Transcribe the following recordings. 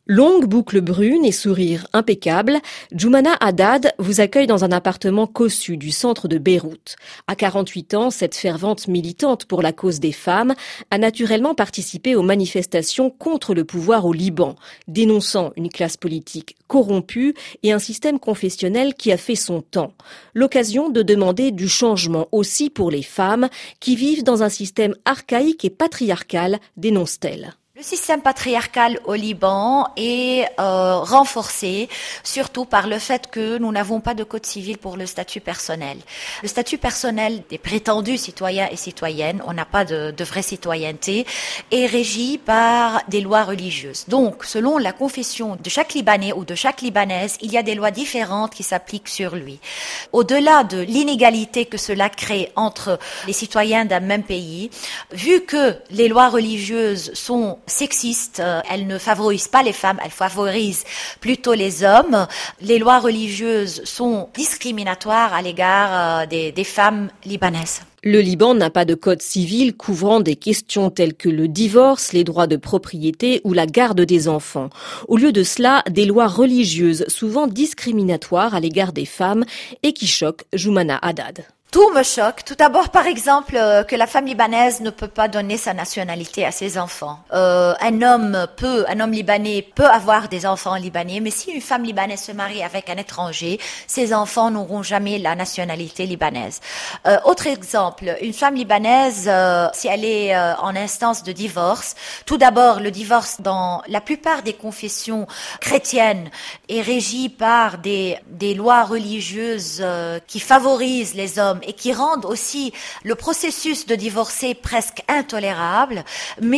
Longue boucle brune et sourire impeccable, Joumana Haddad vous accueille dans un appartement cossu du centre de Beyrouth. À 48 ans, cette fervente militante pour la cause des femmes a naturellement participé aux manifestations contre le pouvoir au Liban, dénonçant une classe politique corrompue et un système confessionnel qui a fait son temps. L'occasion de demander du changement aussi pour les femmes qui vivent dans un système archaïque et patriarcal, dénonce-t-elle. Le système patriarcal au Liban est renforcé, surtout par le fait que nous n'avons pas de code civil pour le statut personnel. Le statut personnel des prétendus citoyens et citoyennes, on n'a pas de vraie citoyenneté, est régi par des lois religieuses. Donc, selon la confession de chaque Libanais ou de chaque Libanaise, il y a des lois différentes qui s'appliquent sur lui. Au-delà de l'inégalité que cela crée entre les citoyens d'un même pays, vu que les lois religieuses sont sexistes, elles ne favorisent pas les femmes, elles favorisent plutôt les hommes. Les lois religieuses sont discriminatoires à l'égard des femmes libanaises. Le Liban n'a pas de code civil couvrant des questions telles que le divorce, les droits de propriété ou la garde des enfants. Au lieu de cela, des lois religieuses souvent discriminatoires à l'égard des femmes et qui choquent Joumana Haddad. Tout me choque. Tout d'abord, par exemple, que la femme libanaise ne peut pas donner sa nationalité à ses enfants. Un homme libanais peut avoir des enfants libanais, mais si une femme libanaise se marie avec un étranger, ses enfants n'auront jamais la nationalité libanaise. Autre exemple, une femme libanaise, si elle est en instance de divorce, tout d'abord, le divorce dans la plupart des confessions chrétiennes est régi par des lois religieuses qui favorisent les hommes et qui rendent aussi le processus de divorcer presque intolérable, mais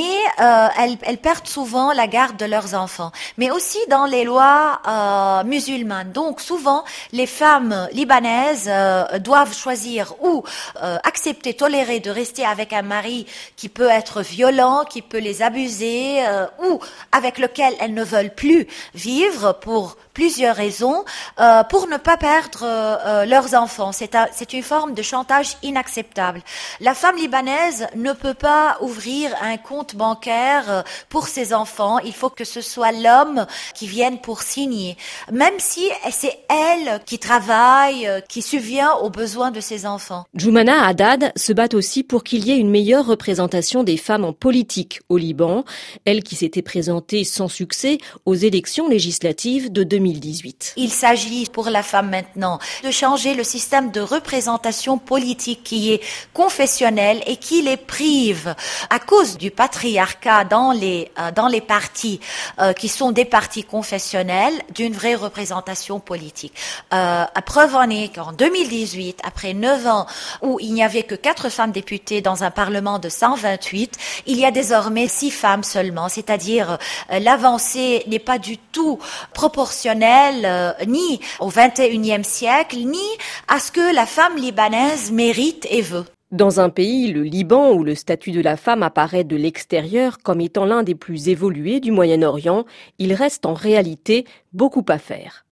elles perdent souvent la garde de leurs enfants. Mais aussi dans les lois musulmanes. Donc souvent, les femmes libanaises doivent choisir ou accepter, tolérer de rester avec un mari qui peut être violent, qui peut les abuser, ou avec lequel elles ne veulent plus vivre pour plusieurs raisons, pour ne pas perdre leurs enfants. C'est une forme de chantage inacceptable. La femme libanaise ne peut pas ouvrir un compte bancaire pour ses enfants. Il faut que ce soit l'homme qui vienne pour signer. Même si c'est elle qui travaille, qui subvient aux besoins de ses enfants. Joumana Haddad se bat aussi pour qu'il y ait une meilleure représentation des femmes en politique au Liban. Elle qui s'était présentée sans succès aux élections législatives de 2018. Il s'agit pour la femme maintenant de changer le système de représentation politique qui est confessionnel et qui les prive à cause du patriarcat dans les partis qui sont des partis confessionnels d'une vraie représentation politique. Preuve en est qu'en 2018, après 9 ans où il n'y avait que 4 femmes députées dans un parlement de 128, il y a désormais 6 femmes seulement, c'est-à-dire l'avancée n'est pas du tout proportionnelle ni au XXIe siècle, ni à ce que la femme libanaise mérite et veut. Dans un pays, le Liban, où le statut de la femme apparaît de l'extérieur comme étant l'un des plus évolués du Moyen-Orient, il reste en réalité beaucoup à faire.